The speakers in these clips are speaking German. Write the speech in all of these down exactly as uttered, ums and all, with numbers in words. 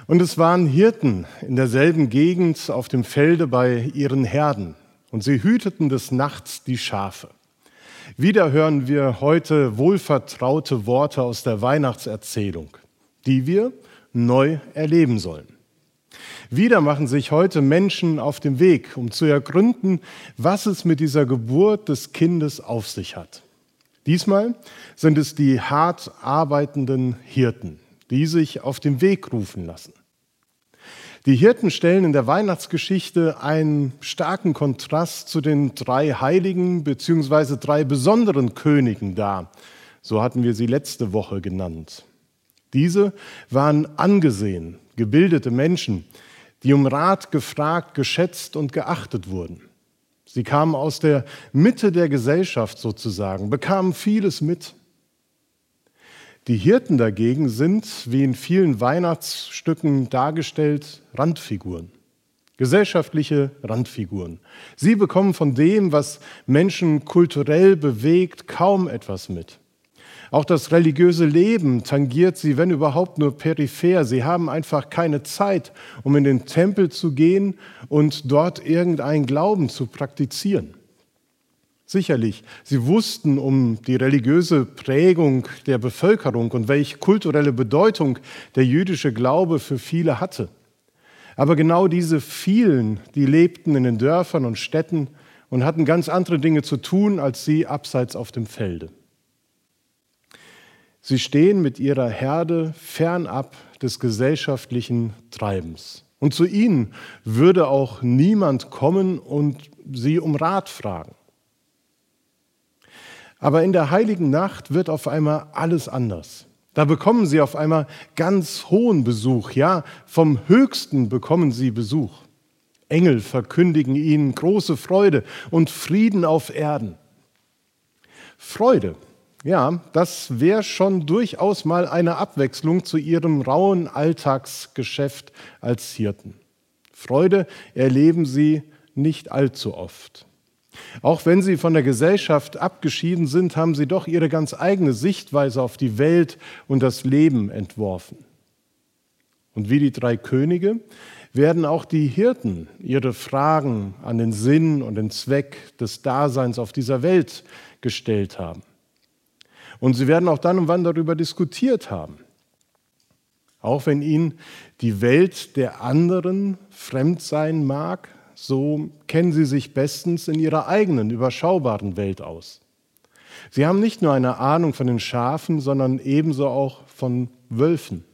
Und es waren Hirten in derselben Gegend auf dem Felde bei ihren Herden. Und sie hüteten des Nachts die Schafe. Wieder hören wir heute wohlvertraute Worte aus der Weihnachtserzählung, die wir neu erleben sollen. Wieder machen sich heute Menschen auf den Weg, um zu ergründen, was es mit dieser Geburt des Kindes auf sich hat. Diesmal sind es die hart arbeitenden Hirten, die sich auf den Weg rufen lassen. Die Hirten stellen in der Weihnachtsgeschichte einen starken Kontrast zu den drei Heiligen bzw. drei besonderen Königen dar. So hatten wir sie letzte Woche genannt. Diese waren angesehen, gebildete Menschen, die um Rat gefragt, geschätzt und geachtet wurden. Sie kamen aus der Mitte der Gesellschaft sozusagen, bekamen vieles mit. Die Hirten dagegen sind, wie in vielen Weihnachtsstücken dargestellt, Randfiguren, gesellschaftliche Randfiguren. Sie bekommen von dem, was Menschen kulturell bewegt, kaum etwas mit. Auch das religiöse Leben tangiert sie, wenn überhaupt, nur peripher. Sie haben einfach keine Zeit, um in den Tempel zu gehen und dort irgendeinen Glauben zu praktizieren. Sicherlich, sie wussten um die religiöse Prägung der Bevölkerung und welche kulturelle Bedeutung der jüdische Glaube für viele hatte. Aber genau diese vielen, die lebten in den Dörfern und Städten und hatten ganz andere Dinge zu tun, als sie abseits auf dem Felde. Sie stehen mit ihrer Herde fernab des gesellschaftlichen Treibens. Und zu ihnen würde auch niemand kommen und sie um Rat fragen. Aber in der heiligen Nacht wird auf einmal alles anders. Da bekommen sie auf einmal ganz hohen Besuch, ja, vom Höchsten bekommen sie Besuch. Engel verkündigen ihnen große Freude und Frieden auf Erden. Freude, ja, das wäre schon durchaus mal eine Abwechslung zu ihrem rauen Alltagsgeschäft als Hirten. Freude erleben sie nicht allzu oft. Auch wenn sie von der Gesellschaft abgeschieden sind, haben sie doch ihre ganz eigene Sichtweise auf die Welt und das Leben entworfen. Und wie die drei Könige werden auch die Hirten ihre Fragen an den Sinn und den Zweck des Daseins auf dieser Welt gestellt haben. Und sie werden auch dann und wann darüber diskutiert haben. Auch wenn ihnen die Welt der anderen fremd sein mag, so kennen sie sich bestens in ihrer eigenen, überschaubaren Welt aus. Sie haben nicht nur eine Ahnung von den Schafen, sondern ebenso auch von Wölfen.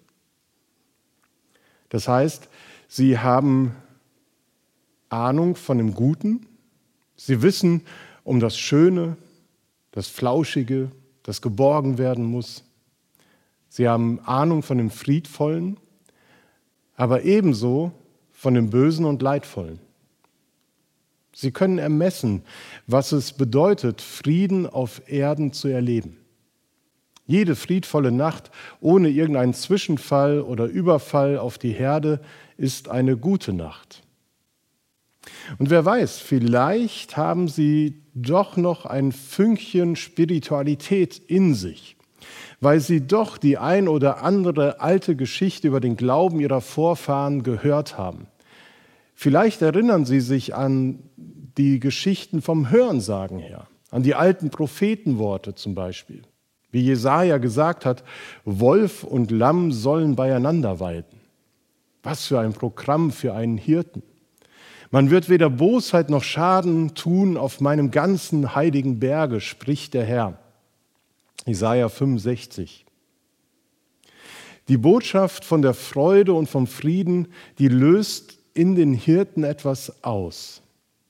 Das heißt, sie haben Ahnung von dem Guten, sie wissen um das Schöne, das Flauschige, das geborgen werden muss. Sie haben Ahnung von dem Friedvollen, aber ebenso von dem Bösen und Leidvollen. Sie können ermessen, was es bedeutet, Frieden auf Erden zu erleben. Jede friedvolle Nacht ohne irgendeinen Zwischenfall oder Überfall auf die Herde ist eine gute Nacht. Und wer weiß, vielleicht haben sie doch noch ein Fünkchen Spiritualität in sich, weil sie doch die ein oder andere alte Geschichte über den Glauben ihrer Vorfahren gehört haben. Vielleicht erinnern sie sich an die Geschichten vom Hörensagen her, an die alten Prophetenworte zum Beispiel. Wie Jesaja gesagt hat, Wolf und Lamm sollen beieinander weiden. Was für ein Programm für einen Hirten. Man wird weder Bosheit noch Schaden tun auf meinem ganzen heiligen Berge, spricht der Herr. Jesaja fünfundsechzig. Die Botschaft von der Freude und vom Frieden, die löst in den Hirten etwas aus.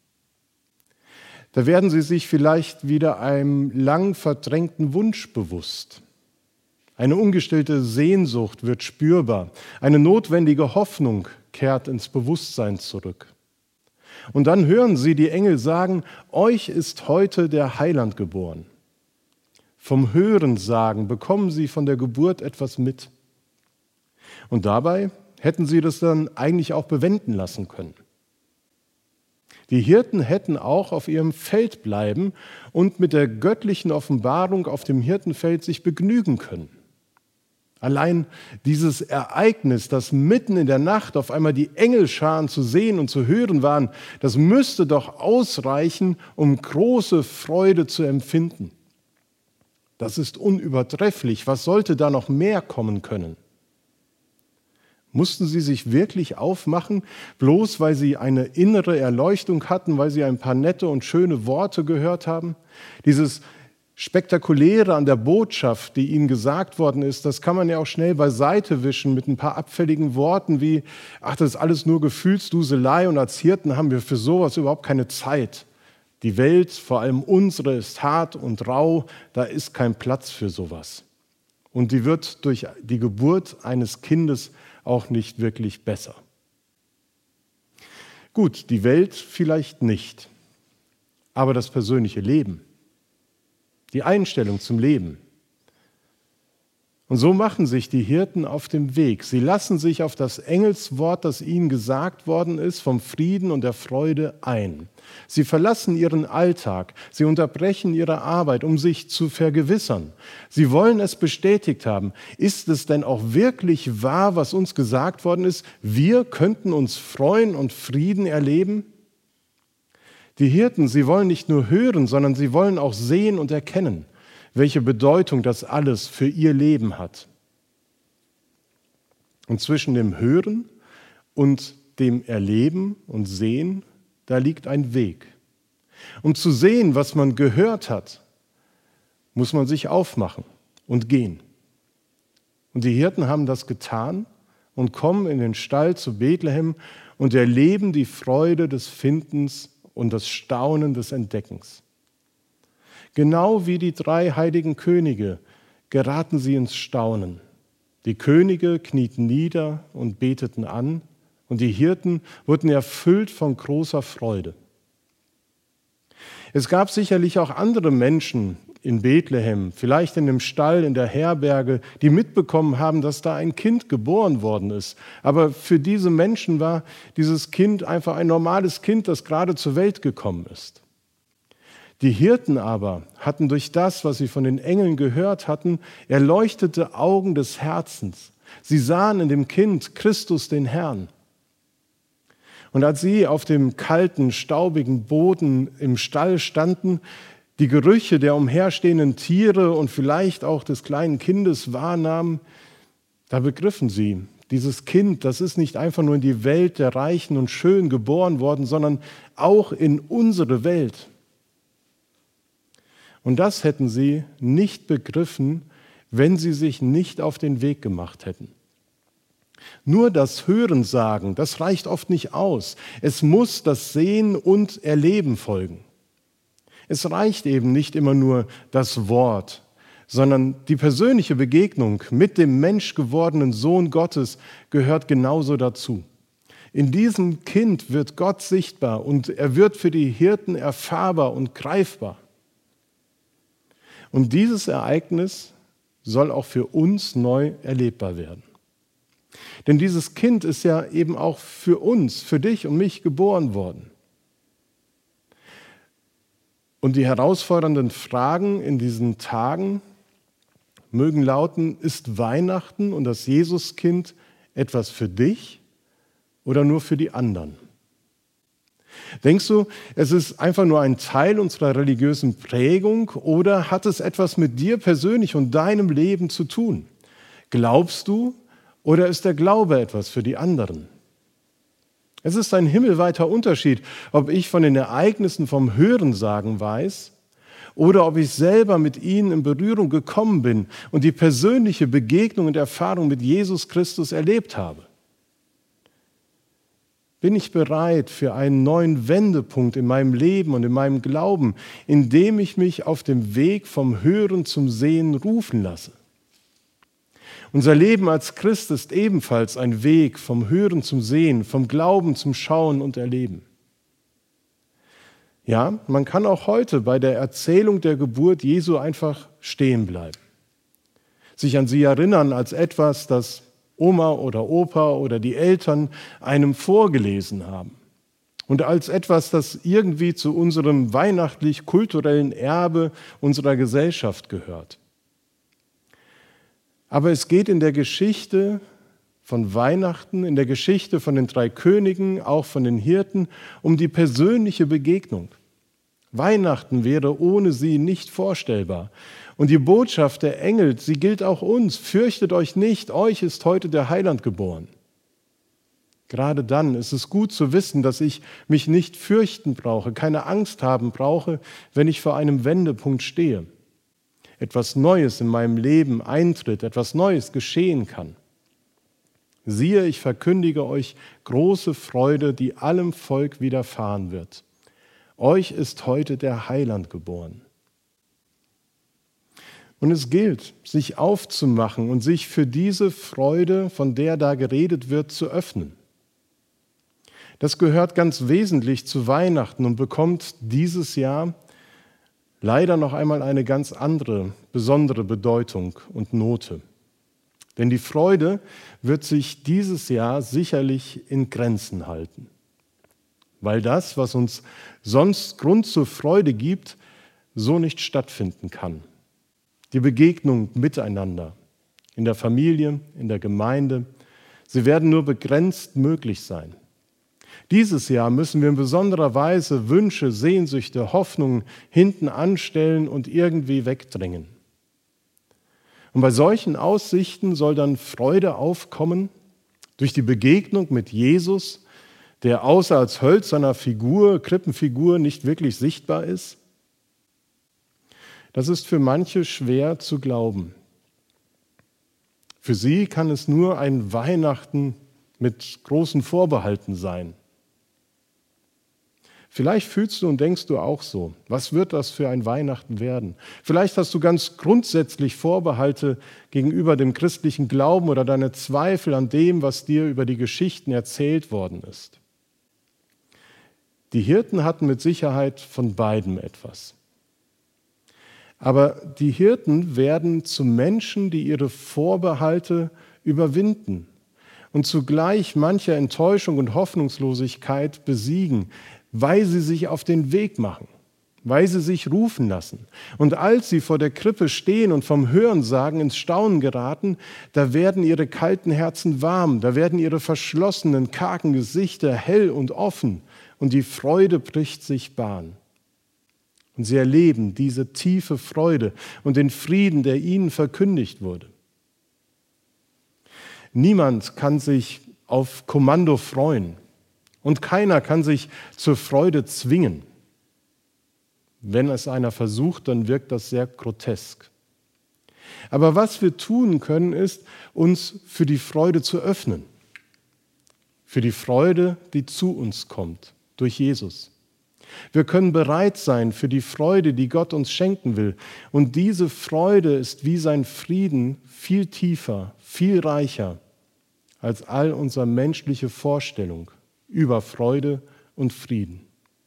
Da werden sie sich vielleicht wieder einem lang verdrängten Wunsch bewusst. Eine ungestillte Sehnsucht wird spürbar. Eine notwendige Hoffnung kehrt ins Bewusstsein zurück. Und dann hören sie die Engel sagen, euch ist heute der Heiland geboren. Vom Hörensagen bekommen sie von der Geburt etwas mit. Und dabei hätten sie das dann eigentlich auch bewenden lassen können. Die Hirten hätten auch auf ihrem Feld bleiben und mit der göttlichen Offenbarung auf dem Hirtenfeld sich begnügen können. Allein dieses Ereignis, dass mitten in der Nacht auf einmal die Engelscharen zu sehen und zu hören waren, das müsste doch ausreichen, um große Freude zu empfinden. Das ist unübertrefflich. Was sollte da noch mehr kommen können? Mussten sie sich wirklich aufmachen, bloß weil sie eine innere Erleuchtung hatten, weil sie ein paar nette und schöne Worte gehört haben? Dieses Spektakuläre an der Botschaft, die ihnen gesagt worden ist, das kann man ja auch schnell beiseite wischen mit ein paar abfälligen Worten wie, ach, das ist alles nur Gefühlsduselei und als Hirten haben wir für sowas überhaupt keine Zeit. Die Welt, vor allem unsere, ist hart und rau, da ist kein Platz für sowas. Und die wird durch die Geburt eines Kindes auch nicht wirklich besser. Gut, die Welt vielleicht nicht, aber das persönliche Leben, die Einstellung zum Leben. Und so machen sich die Hirten auf den Weg. Sie lassen sich auf das Engelswort, das ihnen gesagt worden ist, vom Frieden und der Freude ein. Sie verlassen ihren Alltag, sie unterbrechen ihre Arbeit, um sich zu vergewissern. Sie wollen es bestätigt haben. Ist es denn auch wirklich wahr, was uns gesagt worden ist? Wir könnten uns freuen und Frieden erleben? Die Hirten, sie wollen nicht nur hören, sondern sie wollen auch sehen und erkennen, welche Bedeutung das alles für ihr Leben hat. Und zwischen dem Hören und dem Erleben und Sehen, da liegt ein Weg. Um zu sehen, was man gehört hat, muss man sich aufmachen und gehen. Und die Hirten haben das getan und kommen in den Stall zu Bethlehem und erleben die Freude des Findens und das Staunen des Entdeckens. Genau wie die drei heiligen Könige geraten sie ins Staunen. Die Könige knieten nieder und beteten an und die Hirten wurden erfüllt von großer Freude. Es gab sicherlich auch andere Menschen in Bethlehem, vielleicht in dem Stall, in der Herberge, die mitbekommen haben, dass da ein Kind geboren worden ist. Aber für diese Menschen war dieses Kind einfach ein normales Kind, das gerade zur Welt gekommen ist. Die Hirten aber hatten durch das, was sie von den Engeln gehört hatten, erleuchtete Augen des Herzens. Sie sahen in dem Kind Christus den Herrn. Und als sie auf dem kalten, staubigen Boden im Stall standen, die Gerüche der umherstehenden Tiere und vielleicht auch des kleinen Kindes wahrnahmen, da begriffen sie, dieses Kind, das ist nicht einfach nur in die Welt der Reichen und Schönen geboren worden, sondern auch in unsere Welt. Und das hätten sie nicht begriffen, wenn sie sich nicht auf den Weg gemacht hätten. Nur das Hörensagen, das reicht oft nicht aus. Es muss das Sehen und Erleben folgen. Es reicht eben nicht immer nur das Wort, sondern die persönliche Begegnung mit dem menschgewordenen Sohn Gottes gehört genauso dazu. In diesem Kind wird Gott sichtbar und er wird für die Hirten erfahrbar und greifbar. Und dieses Ereignis soll auch für uns neu erlebbar werden. Denn dieses Kind ist ja eben auch für uns, für dich und mich geboren worden. Und die herausfordernden Fragen in diesen Tagen mögen lauten, ist Weihnachten und das Jesuskind etwas für dich oder nur für die anderen? Denkst du, es ist einfach nur ein Teil unserer religiösen Prägung oder hat es etwas mit dir persönlich und deinem Leben zu tun? Glaubst du oder ist der Glaube etwas für die anderen? Es ist ein himmelweiter Unterschied, ob ich von den Ereignissen vom Hörensagen weiß oder ob ich selber mit ihnen in Berührung gekommen bin und die persönliche Begegnung und Erfahrung mit Jesus Christus erlebt habe. Bin ich bereit für einen neuen Wendepunkt in meinem Leben und in meinem Glauben, indem ich mich auf dem Weg vom Hören zum Sehen rufen lasse? Unser Leben als Christ ist ebenfalls ein Weg vom Hören zum Sehen, vom Glauben zum Schauen und Erleben. Ja, man kann auch heute bei der Erzählung der Geburt Jesu einfach stehen bleiben. Sich an sie erinnern als etwas, das Oma oder Opa oder die Eltern einem vorgelesen haben. Und als etwas, das irgendwie zu unserem weihnachtlich-kulturellen Erbe unserer Gesellschaft gehört. Aber es geht in der Geschichte von Weihnachten, in der Geschichte von den drei Königen, auch von den Hirten, um die persönliche Begegnung. Weihnachten wäre ohne sie nicht vorstellbar. Und die Botschaft der Engel, sie gilt auch uns. Fürchtet euch nicht, euch ist heute der Heiland geboren. Gerade dann ist es gut zu wissen, dass ich mich nicht fürchten brauche, keine Angst haben brauche, wenn ich vor einem Wendepunkt stehe. Etwas Neues in meinem Leben eintritt, etwas Neues geschehen kann. Siehe, ich verkündige euch große Freude, die allem Volk widerfahren wird. Euch ist heute der Heiland geboren. Und es gilt, sich aufzumachen und sich für diese Freude, von der da geredet wird, zu öffnen. Das gehört ganz wesentlich zu Weihnachten und bekommt dieses Jahr leider noch einmal eine ganz andere, besondere Bedeutung und Note. Denn die Freude wird sich dieses Jahr sicherlich in Grenzen halten. Weil das, was uns sonst Grund zur Freude gibt, so nicht stattfinden kann. Die Begegnung miteinander, in der Familie, in der Gemeinde, sie werden nur begrenzt möglich sein. Dieses Jahr müssen wir in besonderer Weise Wünsche, Sehnsüchte, Hoffnungen hinten anstellen und irgendwie wegdrängen. Und bei solchen Aussichten soll dann Freude aufkommen durch die Begegnung mit Jesus, der außer als hölzerner Figur, Krippenfigur nicht wirklich sichtbar ist. Das ist für manche schwer zu glauben. Für sie kann es nur ein Weihnachten mit großen Vorbehalten sein. Vielleicht fühlst du und denkst du auch so. Was wird das für ein Weihnachten werden? Vielleicht hast du ganz grundsätzlich Vorbehalte gegenüber dem christlichen Glauben oder deine Zweifel an dem, was dir über die Geschichten erzählt worden ist. Die Hirten hatten mit Sicherheit von beidem etwas. Aber die Hirten werden zu Menschen, die ihre Vorbehalte überwinden und zugleich manche Enttäuschung und Hoffnungslosigkeit besiegen, weil sie sich auf den Weg machen, weil sie sich rufen lassen. Und als sie vor der Krippe stehen und vom Hörensagen ins Staunen geraten, da werden ihre kalten Herzen warm, da werden ihre verschlossenen, kargen Gesichter hell und offen und die Freude bricht sich Bahn. Und sie erleben diese tiefe Freude und den Frieden, der ihnen verkündigt wurde. Niemand kann sich auf Kommando freuen. Und keiner kann sich zur Freude zwingen. Wenn es einer versucht, dann wirkt das sehr grotesk. Aber was wir tun können, ist, uns für die Freude zu öffnen. Für die Freude, die zu uns kommt, durch Jesus. Wir können bereit sein für die Freude, die Gott uns schenken will. Und diese Freude ist wie sein Frieden viel tiefer, viel reicher als all unsere menschliche Vorstellung über Freude und Frieden.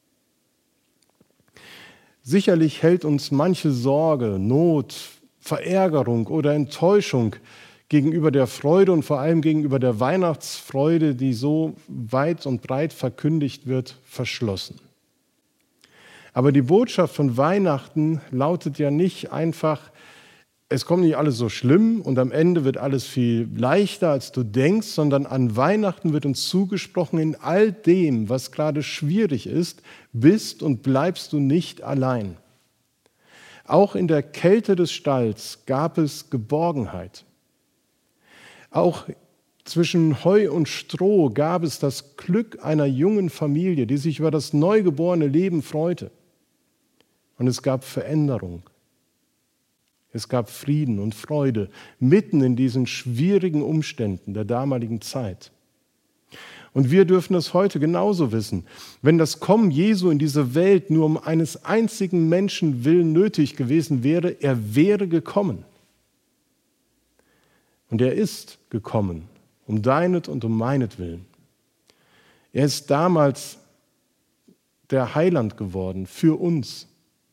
Sicherlich hält uns manche Sorge, Not, Verärgerung oder Enttäuschung gegenüber der Freude und vor allem gegenüber der Weihnachtsfreude, die so weit und breit verkündigt wird, verschlossen. Aber die Botschaft von Weihnachten lautet ja nicht einfach, es kommt nicht alles so schlimm und am Ende wird alles viel leichter, als du denkst, sondern an Weihnachten wird uns zugesprochen, in all dem, was gerade schwierig ist, bist und bleibst du nicht allein. Auch in der Kälte des Stalls gab es Geborgenheit. Auch zwischen Heu und Stroh gab es das Glück einer jungen Familie, die sich über das neugeborene Leben freute. Und es gab Veränderung. Es gab Frieden und Freude mitten in diesen schwierigen Umständen der damaligen Zeit. Und wir dürfen das heute genauso wissen. Wenn das Kommen Jesu in diese Welt nur um eines einzigen Menschen willen nötig gewesen wäre, er wäre gekommen. Und er ist gekommen, um deinet und um meinetwillen. Er ist damals der Heiland geworden für uns.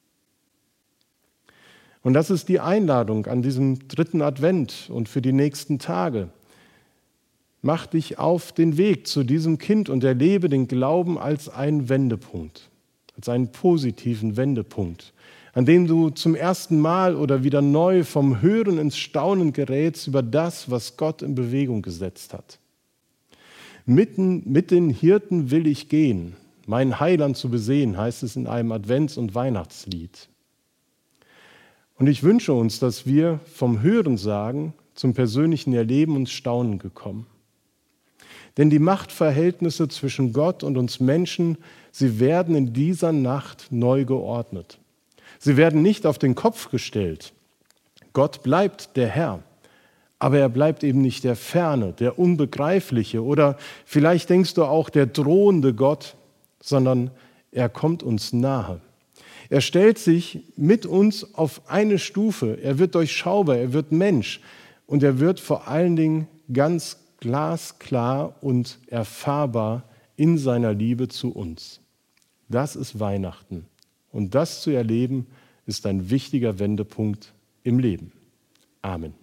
Und das ist die Einladung an diesem dritten Advent und für die nächsten Tage. Mach dich auf den Weg zu diesem Kind und erlebe den Glauben als einen Wendepunkt, als einen positiven Wendepunkt, an dem du zum ersten Mal oder wieder neu vom Hören ins Staunen gerätst über das, was Gott in Bewegung gesetzt hat. Mitten mit den Hirten will ich gehen, meinen Heiland zu besehen, heißt es in einem Advents- und Weihnachtslied. Und ich wünsche uns, dass wir vom Hörensagen zum persönlichen Erleben und Staunen gekommen. Denn die Machtverhältnisse zwischen Gott und uns Menschen, sie werden in dieser Nacht neu geordnet. Sie werden nicht auf den Kopf gestellt. Gott bleibt der Herr, aber er bleibt eben nicht der Ferne, der Unbegreifliche oder vielleicht denkst du auch der drohende Gott, sondern er kommt uns nahe. Er stellt sich mit uns auf eine Stufe, er wird durchschaubar, er wird Mensch und er wird vor allen Dingen ganz glasklar und erfahrbar in seiner Liebe zu uns. Das ist Weihnachten. Und das zu erleben, ist ein wichtiger Wendepunkt im Leben. Amen.